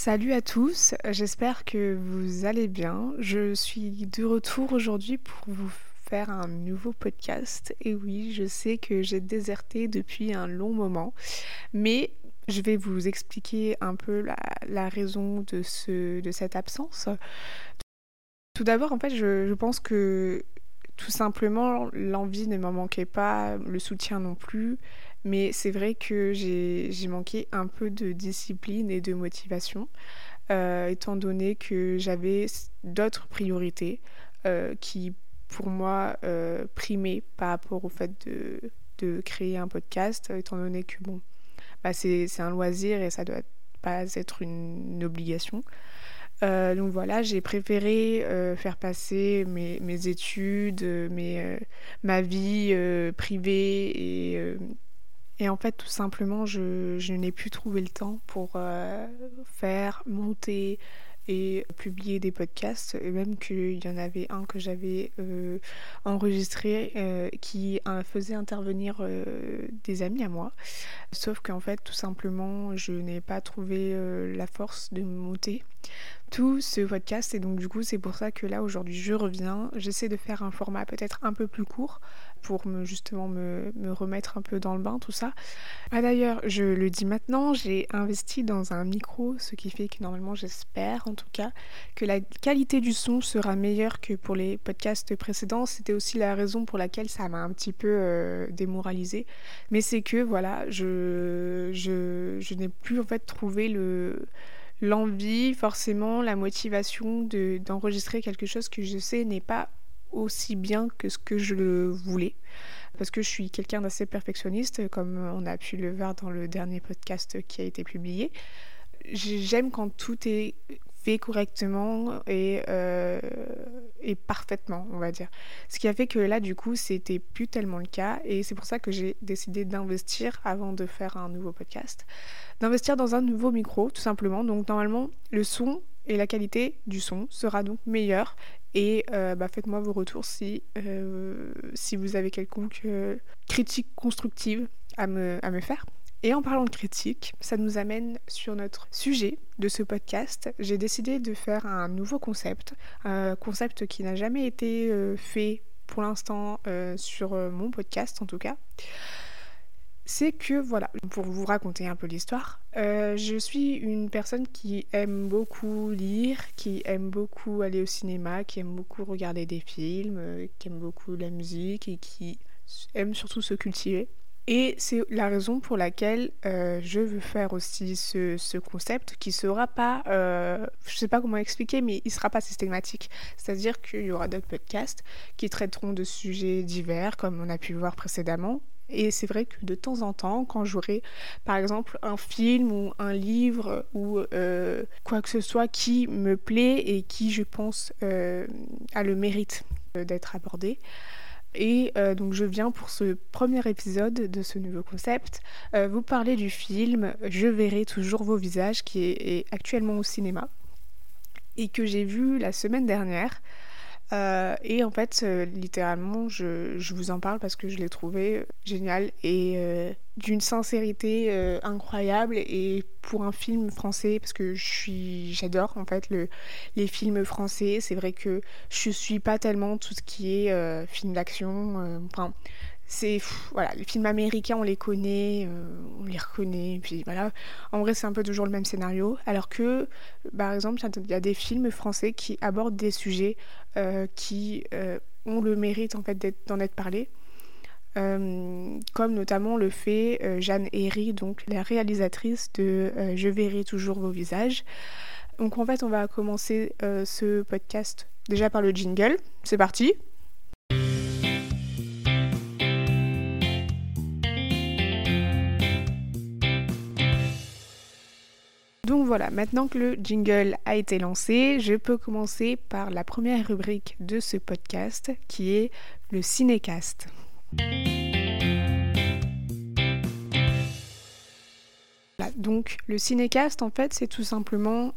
Salut à tous, j'espère que vous allez bien. Je suis de retour aujourd'hui pour vous faire un nouveau podcast. Et oui, je sais que j'ai déserté depuis un long moment, mais je vais vous expliquer un peu la raison de cette absence. Tout d'abord, en fait, je pense que tout simplement, l'envie ne m'en manquait pas, le soutien non plus, mais c'est vrai que j'ai manqué un peu de discipline et de motivation. Étant donné que j'avais d'autres priorités qui, pour moi, primaient par rapport au fait de créer un podcast, étant donné que bon, bah, c'est un loisir et ça doit pas être une obligation. Donc voilà, j'ai préféré faire passer mes études, ma vie privée et en fait, tout simplement, je n'ai plus trouvé le temps pour faire, monter et publier des podcasts. Et même qu'il y en avait un que j'avais enregistré qui faisait intervenir des amis à moi. Sauf qu'en fait, tout simplement, je n'ai pas trouvé la force de monter tout ce podcast et donc du coup c'est pour ça que là aujourd'hui je reviens, j'essaie de faire un format peut-être un peu plus court pour me remettre un peu dans le bain tout ça. Ah d'ailleurs je le dis maintenant, j'ai investi dans un micro, ce qui fait que normalement j'espère en tout cas que la qualité du son sera meilleure que pour les podcasts précédents. C'était aussi la raison pour laquelle ça m'a un petit peu démoralisée, mais c'est que voilà je n'ai plus en fait trouvé l'envie, forcément, la motivation d'enregistrer quelque chose que je sais n'est pas aussi bien que ce que je le voulais. Parce que je suis quelqu'un d'assez perfectionniste, comme on a pu le voir dans le dernier podcast qui a été publié. J'aime quand tout est fait correctement et parfaitement, on va dire. Ce qui a fait que là, du coup, c'était plus tellement le cas et c'est pour ça que j'ai décidé d'investir avant de faire un nouveau podcast. D'investir dans un nouveau micro, tout simplement. Donc, normalement, le son et la qualité du son sera donc meilleure. Et faites-moi vos retours si vous avez quelconque critique constructive à me faire. Et en parlant de critique, ça nous amène sur notre sujet de ce podcast. J'ai décidé de faire un nouveau concept, un concept qui n'a jamais été fait pour l'instant sur mon podcast en tout cas. C'est que voilà, pour vous raconter un peu l'histoire, je suis une personne qui aime beaucoup lire, qui aime beaucoup aller au cinéma, qui aime beaucoup regarder des films, qui aime beaucoup la musique et qui aime surtout se cultiver. Et c'est la raison pour laquelle je veux faire aussi ce concept qui sera pas, je sais pas comment expliquer, mais il sera pas systématique. C'est-à-dire qu'il y aura d'autres podcasts qui traiteront de sujets divers, comme on a pu le voir précédemment. Et c'est vrai que de temps en temps, quand j'aurai par exemple un film ou un livre ou quoi que ce soit qui me plaît et qui, je pense, a le mérite d'être abordé, et donc je viens pour ce premier épisode de ce nouveau concept vous parler du film Je verrai toujours vos visages qui est actuellement au cinéma et que j'ai vu la semaine dernière. Et en fait, littéralement, je vous en parle parce que je l'ai trouvé génial et d'une sincérité incroyable. Et pour un film français, parce que j'adore en fait les films français. C'est vrai que je suis pas tellement tout ce qui est film d'action. Enfin, voilà, les films américains, on les connaît, on les reconnaît, et puis voilà. En vrai, c'est un peu toujours le même scénario. Alors que, par exemple, il y a des films français qui abordent des sujets qui ont le mérite en fait d'en être parlé. Comme notamment le fait Jeanne Herry, donc la réalisatrice de Je verrai toujours vos visages. Donc en fait, on va commencer ce podcast déjà par le jingle. C'est parti! Donc voilà, maintenant que le jingle a été lancé, je peux commencer par la première rubrique de ce podcast qui est le cinécast. Voilà, donc le cinécast en fait c'est tout simplement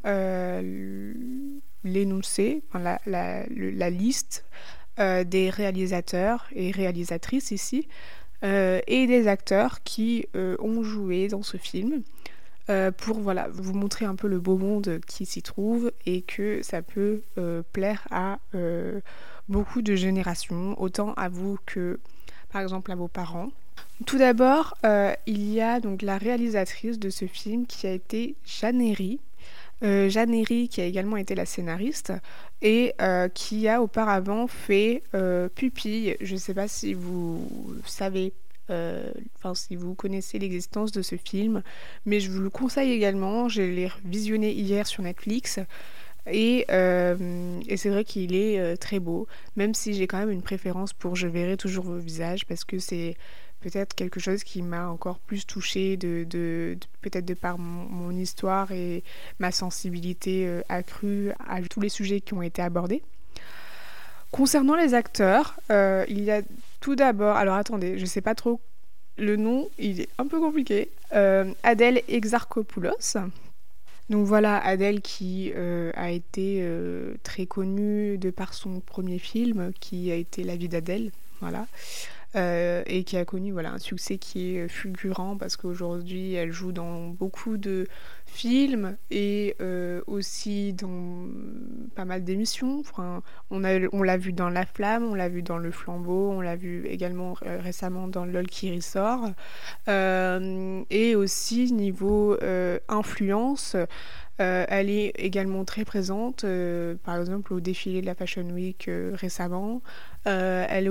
l'énoncé, enfin, la liste des réalisateurs et réalisatrices ici et des acteurs qui ont joué dans ce film. pour voilà, vous montrer un peu le beau monde qui s'y trouve et que ça peut plaire à beaucoup de générations, autant à vous que par exemple à vos parents. Tout d'abord, il y a donc la réalisatrice de ce film qui a été Jeanne Herry. Jeanne Herry qui a également été la scénariste et qui a auparavant fait Pupille. Je ne sais pas si vous savez, si vous connaissez l'existence de ce film, mais je vous le conseille également. Je l'ai visionné hier sur Netflix et c'est vrai qu'il est très beau, même si j'ai quand même une préférence pour Je verrai toujours vos visages parce que c'est peut-être quelque chose qui m'a encore plus touchée peut-être de par mon histoire et ma sensibilité accrue à tous les sujets qui ont été abordés. Concernant les acteurs, il y a tout d'abord, alors attendez, je sais pas trop le nom, il est un peu compliqué, Adèle Exarchopoulos. Donc voilà, Adèle qui a été très connue de par son premier film, qui a été La vie d'Adèle, voilà. Et qui a connu voilà, un succès qui est fulgurant parce qu'aujourd'hui elle joue dans beaucoup de films et aussi dans pas mal d'émissions. Enfin, on l'a vu dans La Flamme, on l'a vu dans Le Flambeau, on l'a vu également récemment dans LOL qui ressort. Et aussi niveau influence, elle est également très présente, par exemple au défilé de la Fashion Week récemment. Elle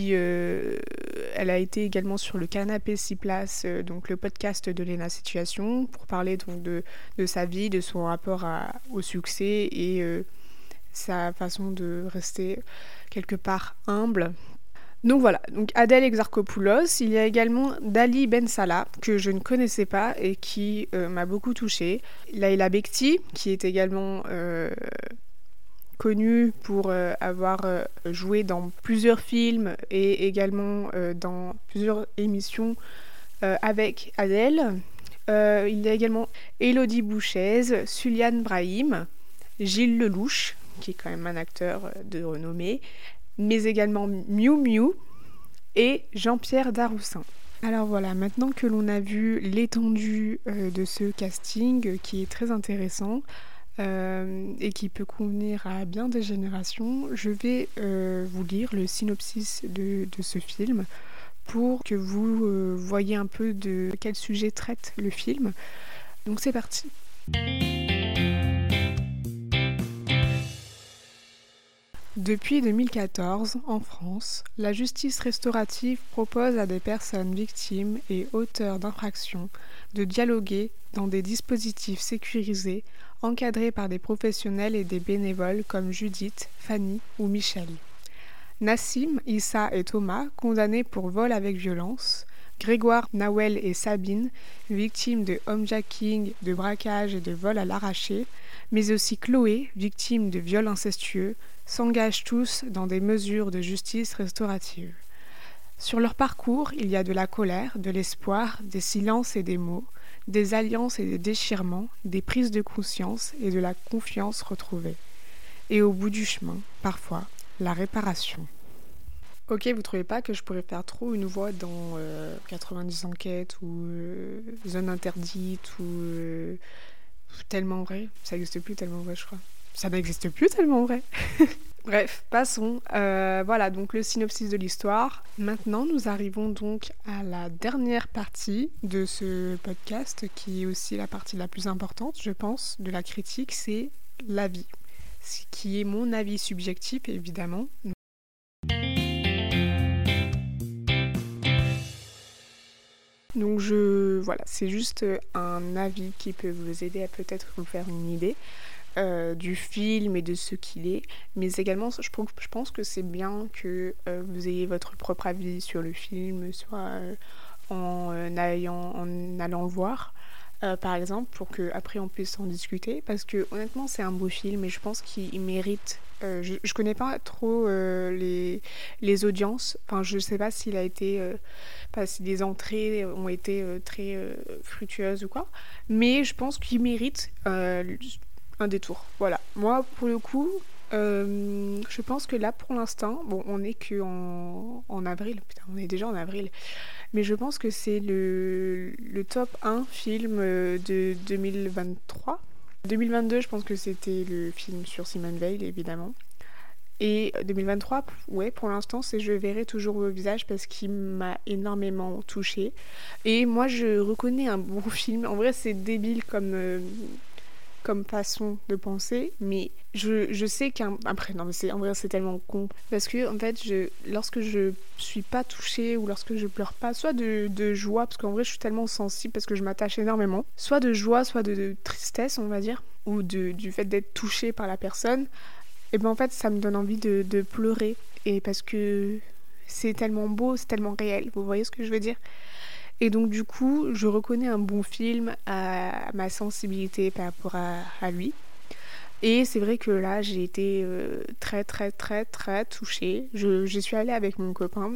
a été également sur le Canapé 6 places, donc le podcast de Léna Situation, pour parler donc de sa vie, de son rapport au succès et sa façon de rester quelque part humble. Donc voilà, donc Adèle Exarchopoulos. Il y a également Dali Ben Salah, que je ne connaissais pas et qui m'a beaucoup touchée. Laila Bekti, qui est également connue pour avoir joué dans plusieurs films et également dans plusieurs émissions avec Adèle. Il y a également Élodie Bouchez, Suliane Brahim, Gilles Lelouch, qui est quand même un acteur de renommée, mais également Miu Miu et Jean-Pierre Daroussin. Alors voilà, maintenant que l'on a vu l'étendue de ce casting qui est très intéressant et qui peut convenir à bien des générations, je vais vous lire le synopsis de ce film pour que vous voyez un peu de quel sujet traite le film. Donc c'est parti. Depuis 2014, en France, la justice restaurative propose à des personnes victimes et auteurs d'infractions de dialoguer dans des dispositifs sécurisés, encadrés par des professionnels et des bénévoles comme Judith, Fanny ou Michel. Nassim, Issa et Thomas, condamnés pour vol avec violence, Grégoire, Nawel et Sabine, victimes de homejacking, de braquage et de vol à l'arraché, mais aussi Chloé, victime de viols incestueux, s'engagent tous dans des mesures de justice restaurative. Sur leur parcours, il y a de la colère, de l'espoir, des silences et des mots, des alliances et des déchirements, des prises de conscience et de la confiance retrouvée. Et au bout du chemin, parfois, la réparation. Ok, vous trouvez pas que je pourrais faire trop une voix dans 90 enquêtes ou Zone interdite ou Tellement vrai? Ça n'existe plus Tellement vrai, je crois. Ça n'existe plus Tellement vrai. Bref, passons. Voilà, donc le synopsis de l'histoire. Maintenant, nous arrivons donc à la dernière partie de ce podcast, qui est aussi la partie la plus importante, je pense, de la critique, c'est l'avis. Ce qui est mon avis subjectif, évidemment. Donc voilà, c'est juste un avis qui peut vous aider à peut-être vous faire une idée du film et de ce qu'il est, mais également je pense que c'est bien que vous ayez votre propre avis sur le film, soit en allant le voir, par exemple, pour qu'après on puisse en discuter, parce que honnêtement c'est un beau film et je pense qu'il mérite. Je connais pas trop les audiences, enfin je sais pas s'il a été si les entrées ont été très fructueuses ou quoi, mais je pense qu'il mérite un détour. Voilà, moi pour le coup Je pense que là, pour l'instant, bon, on est en avril, putain, on est déjà en avril, mais je pense que c'est le top 1 film de 2023. 2022, je pense que c'était le film sur Simone Veil, évidemment. Et 2023, ouais, pour l'instant, c'est Je verrai toujours vos visages parce qu'il m'a énormément touchée. Et moi, je reconnais un bon film. En vrai, c'est débile comme façon de penser, mais je sais qu'un... Après, non, mais en vrai, c'est tellement con. Parce que, en fait, lorsque je suis pas touchée ou lorsque je pleure pas, soit de joie, parce qu'en vrai, je suis tellement sensible parce que je m'attache énormément, soit de joie, soit de tristesse, on va dire, ou du fait d'être touchée par la personne, et ben en fait, ça me donne envie de pleurer. Et parce que c'est tellement beau, c'est tellement réel, vous voyez ce que je veux dire? Et donc du coup, je reconnais un bon film à ma sensibilité par rapport à lui. Et c'est vrai que là, j'ai été très très très très touchée. J'y suis allée avec mon copain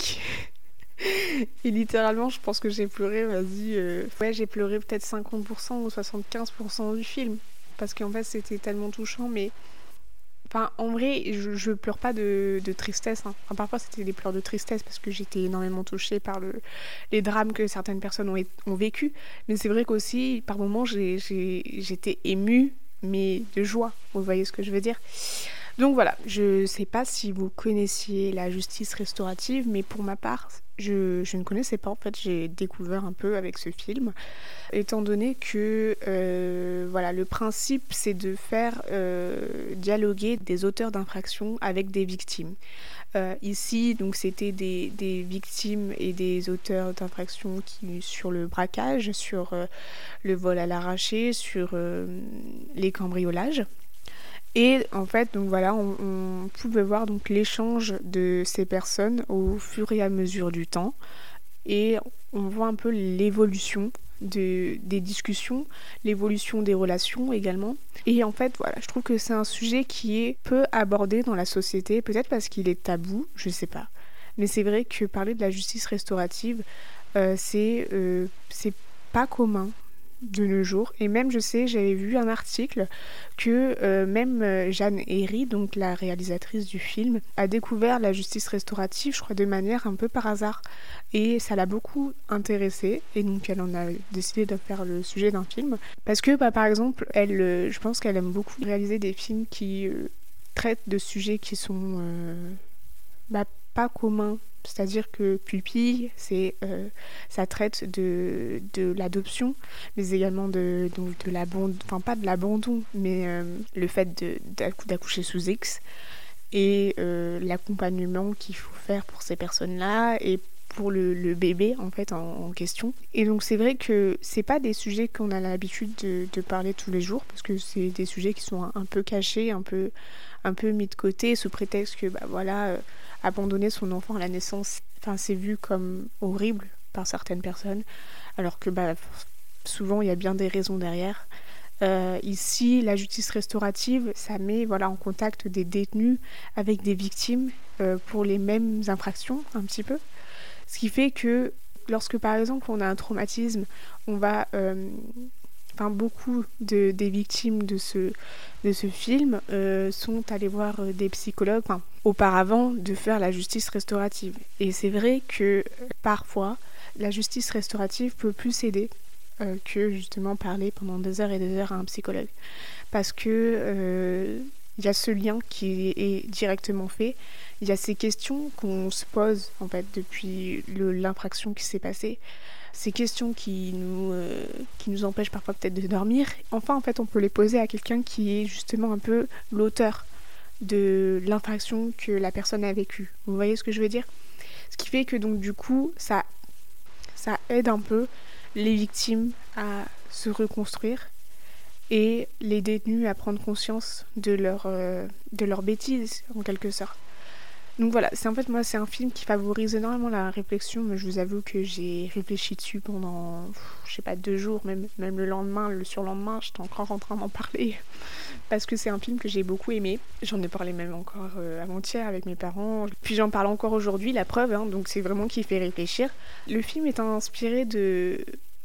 et littéralement, je pense que j'ai pleuré, vas-y, ouais, j'ai pleuré peut-être 50% ou 75% du film. Parce qu'en fait, c'était tellement touchant, mais enfin, en vrai, je pleure pas de tristesse, hein. Enfin, parfois, c'était des pleurs de tristesse parce que j'étais énormément touchée par les drames que certaines personnes ont vécu. Mais c'est vrai qu'aussi, par moments, j'étais émue, mais de joie. Vous voyez ce que je veux dire? Donc voilà, je sais pas si vous connaissiez la justice restaurative, mais pour ma part, je ne connaissais pas. En fait, j'ai découvert un peu avec ce film, étant donné que voilà, le principe, c'est de faire dialoguer des auteurs d'infractions avec des victimes. Ici, donc, c'était des victimes et des auteurs d'infractions sur le braquage, sur le vol à l'arraché, sur les cambriolages. Et en fait, donc voilà, on pouvait voir donc l'échange de ces personnes au fur et à mesure du temps. Et on voit un peu l'évolution des discussions, l'évolution des relations également. Et en fait, voilà, je trouve que c'est un sujet qui est peu abordé dans la société, peut-être parce qu'il est tabou, je sais pas. Mais c'est vrai que parler de la justice restaurative, c'est pas commun de nos jours. Et même, je sais, j'avais vu un article que même Jeanne Herry, donc la réalisatrice du film, a découvert la justice restaurative, je crois, de manière un peu par hasard. Et ça l'a beaucoup intéressée. Et donc, elle en a décidé de faire le sujet d'un film. Parce que, bah, par exemple, je pense qu'elle aime beaucoup réaliser des films qui traitent de sujets qui sont bah, pas communs. C'est-à-dire que Pupille, ça traite de l'adoption, mais également donc de l'abandon, enfin pas de l'abandon, mais le fait d'accoucher sous X et l'accompagnement qu'il faut faire pour ces personnes-là et pour le bébé en fait en question. Et donc c'est vrai que c'est pas des sujets qu'on a l'habitude de parler tous les jours parce que c'est des sujets qui sont un peu cachés, un peu mis de côté sous prétexte que bah voilà, abandonner son enfant à la naissance, enfin c'est vu comme horrible par certaines personnes, alors que bah souvent il y a bien des raisons derrière. Ici, la justice restaurative, ça met voilà, en contact des détenus avec des victimes pour les mêmes infractions, un petit peu. Ce qui fait que lorsque, par exemple, on a un traumatisme, on va... beaucoup des victimes de ce film sont allées voir des psychologues, auparavant, de faire la justice restaurative. Et c'est vrai que parfois, la justice restaurative peut plus aider que justement parler pendant des heures et des heures à un psychologue. Parce que y a ce lien qui est directement fait. Il y a ces questions qu'on se pose en fait depuis l'infraction qui s'est passée. Ces questions qui nous empêchent parfois peut-être de dormir. Enfin, en fait, on peut les poser à quelqu'un qui est justement un peu l'auteur de l'infraction que la personne a vécue. Vous voyez ce que je veux dire? Ce qui fait que donc du coup, ça aide un peu les victimes à se reconstruire et les détenus à prendre conscience de leur bêtise, en quelque sorte. Donc voilà, c'est un film qui favorise énormément la réflexion, mais je vous avoue que j'ai réfléchi dessus pendant, je sais pas, 2 jours, même le lendemain, le surlendemain, j'étais encore en train d'en parler, parce que c'est un film que j'ai beaucoup aimé. J'en ai parlé même encore avant-hier avec mes parents, puis j'en parle encore aujourd'hui, la preuve, hein, donc c'est vraiment qui fait réfléchir. Le film est inspiré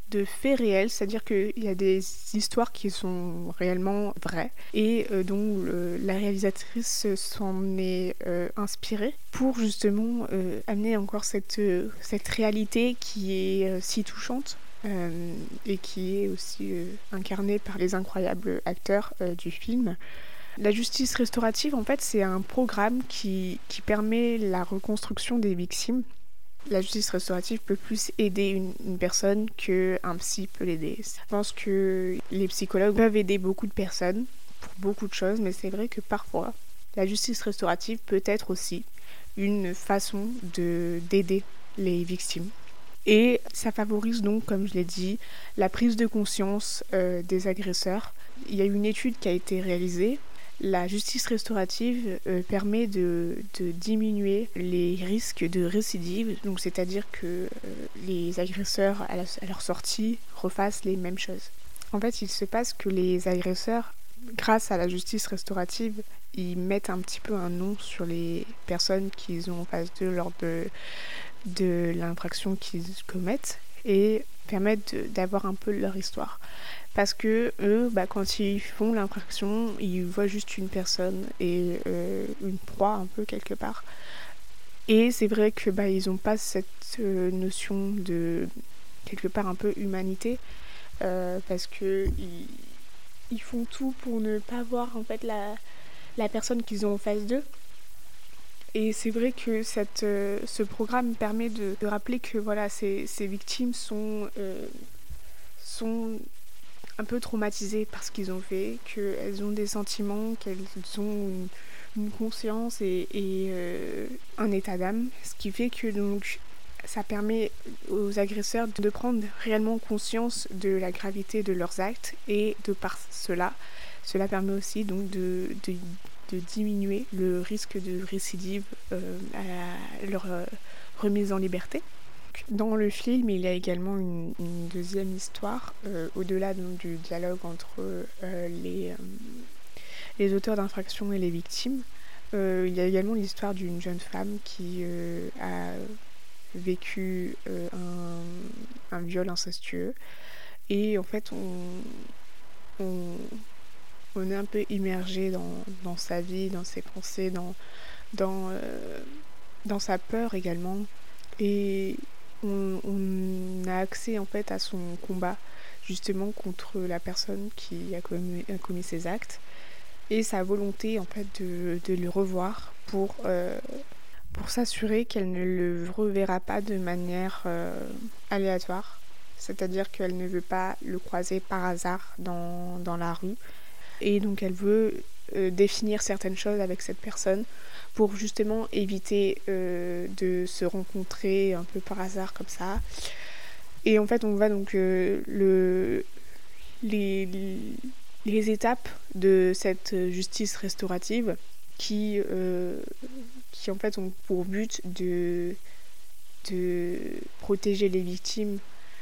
de faits réels, c'est-à-dire qu'il y a des histoires qui sont réellement vraies et dont la réalisatrice s'en est inspirée pour justement amener encore cette réalité qui est si touchante et qui est aussi incarnée par les incroyables acteurs du film. La justice restaurative, en fait, c'est un programme qui permet la reconstruction des victimes. La justice restaurative peut plus aider une personne qu'un psy peut l'aider. Je pense que les psychologues peuvent aider beaucoup de personnes pour beaucoup de choses, mais c'est vrai que parfois, la justice restaurative peut être aussi une façon d'aider les victimes. Et ça favorise donc, comme je l'ai dit, la prise de conscience des agresseurs. Il y a une étude qui a été réalisée. La justice restaurative permet de diminuer les risques de récidive, donc c'est-à-dire que les agresseurs à leur sortie refassent les mêmes choses. En fait, il se passe que les agresseurs, grâce à la justice restaurative, ils mettent un petit peu un nom sur les personnes qu'ils ont en face d'eux lors de l'infraction qu'ils commettent et permettent d'avoir un peu leur histoire. Parce que eux, quand ils font l'infraction, ils voient juste une personne et une proie un peu quelque part. Et c'est vrai que ils n'ont pas cette notion de quelque part un peu humanité parce que ils font tout pour ne pas voir en fait la personne qu'ils ont en face d'eux. Et c'est vrai que ce programme permet de rappeler que voilà, ces victimes sont un peu traumatisées par ce qu'ils ont fait, qu'elles ont des sentiments, qu'elles ont une conscience et un état d'âme, ce qui fait que donc ça permet aux agresseurs de prendre réellement conscience de la gravité de leurs actes et de par cela permet aussi donc de diminuer le risque de récidive à leur remise en liberté. Dans le film, il y a également une deuxième histoire, au-delà donc, du dialogue entre les auteurs d'infractions et les victimes. Il y a également l'histoire d'une jeune femme qui a vécu un viol incestueux. Et en fait, on est un peu immergé dans sa vie, dans ses pensées, dans sa peur également. Et on a accès en fait à son combat justement contre la personne qui a commis ces actes et sa volonté en fait de le revoir pour s'assurer qu'elle ne le reverra pas de manière aléatoire, c'est-à-dire qu'elle ne veut pas le croiser par hasard dans la rue et donc elle veut définir certaines choses avec cette personne pour justement éviter de se rencontrer un peu par hasard comme ça. Et en fait, on voit donc les étapes de cette justice restaurative qui en fait ont pour but de protéger les victimes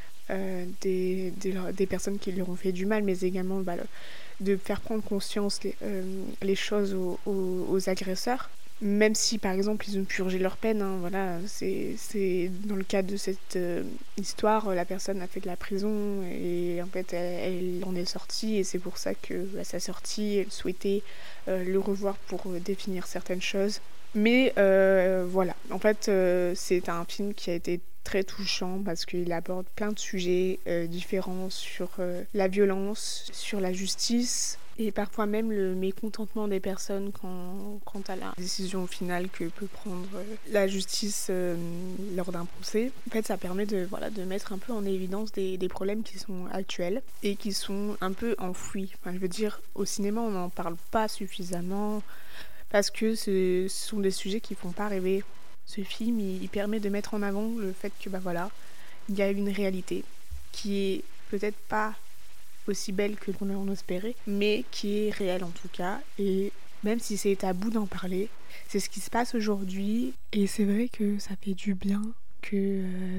des personnes qui leur ont fait du mal, mais également de faire prendre conscience les choses aux agresseurs. Même si par exemple ils ont purgé leur peine, hein, voilà, c'est dans le cadre de cette histoire, la personne a fait de la prison et en fait elle en est sortie et c'est pour ça que à sa sortie elle souhaitait le revoir pour définir certaines choses. Mais voilà, en fait c'est un film qui a été très touchant parce qu'il aborde plein de sujets différents sur la violence, sur la justice et parfois même le mécontentement des personnes quant à la décision finale que peut prendre la justice lors d'un procès. En fait, ça permet de mettre un peu en évidence des problèmes qui sont actuels et qui sont un peu enfouis. Enfin, je veux dire, au cinéma, on n'en parle pas suffisamment parce que ce sont des sujets qui font pas rêver. Ce film, il permet de mettre en avant le fait que il y a une réalité qui est peut-être pas aussi belle que l'on en espérait, mais qui est réelle en tout cas. Et même si c'est tabou d'en parler, c'est ce qui se passe aujourd'hui. Et c'est vrai que ça fait du bien que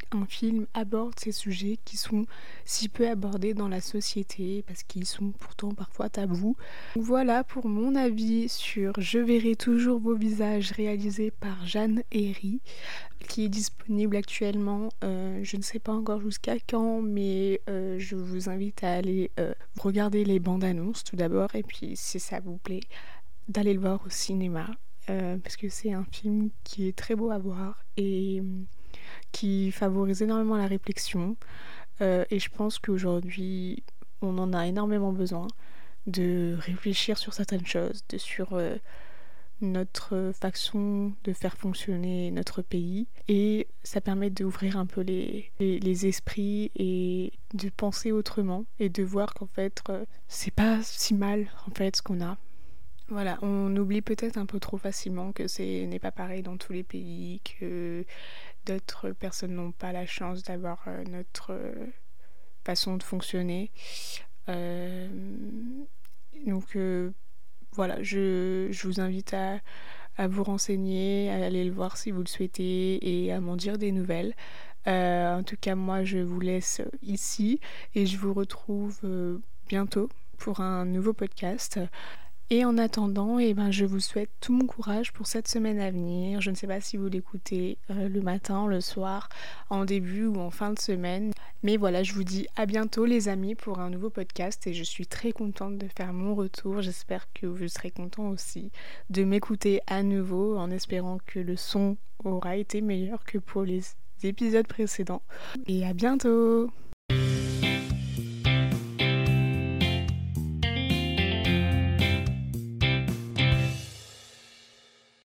un film aborde ces sujets qui sont si peu abordés dans la société parce qu'ils sont pourtant parfois tabous. Voilà pour mon avis sur Je verrai toujours vos visages réalisé par Jeanne Herry qui est disponible actuellement. Je ne sais pas encore jusqu'à quand, mais je vous invite à aller regarder les bandes annonces tout d'abord et puis si ça vous plaît d'aller le voir au cinéma parce que c'est un film qui est très beau à voir et qui favorise énormément la réflexion et je pense qu'aujourd'hui on en a énormément besoin de réfléchir sur certaines choses, sur notre façon de faire fonctionner notre pays et ça permet d'ouvrir un peu les esprits et de penser autrement et de voir qu'en fait c'est pas si mal en fait ce qu'on a. Voilà, on oublie peut-être un peu trop facilement que ce n'est pas pareil dans tous les pays, que d'autres personnes n'ont pas la chance d'avoir notre façon de fonctionner. Euh, donc voilà, je vous invite à vous renseigner, à aller le voir si vous le souhaitez et à m'en dire des nouvelles. En tout cas, moi, je vous laisse ici et je vous retrouve bientôt pour un nouveau podcast. Et en attendant, je vous souhaite tout mon courage pour cette semaine à venir. Je ne sais pas si vous l'écoutez le matin, le soir, en début ou en fin de semaine. Mais voilà, je vous dis à bientôt les amis pour un nouveau podcast et je suis très contente de faire mon retour. J'espère que vous serez contents aussi de m'écouter à nouveau en espérant que le son aura été meilleur que pour les épisodes précédents. Et à bientôt!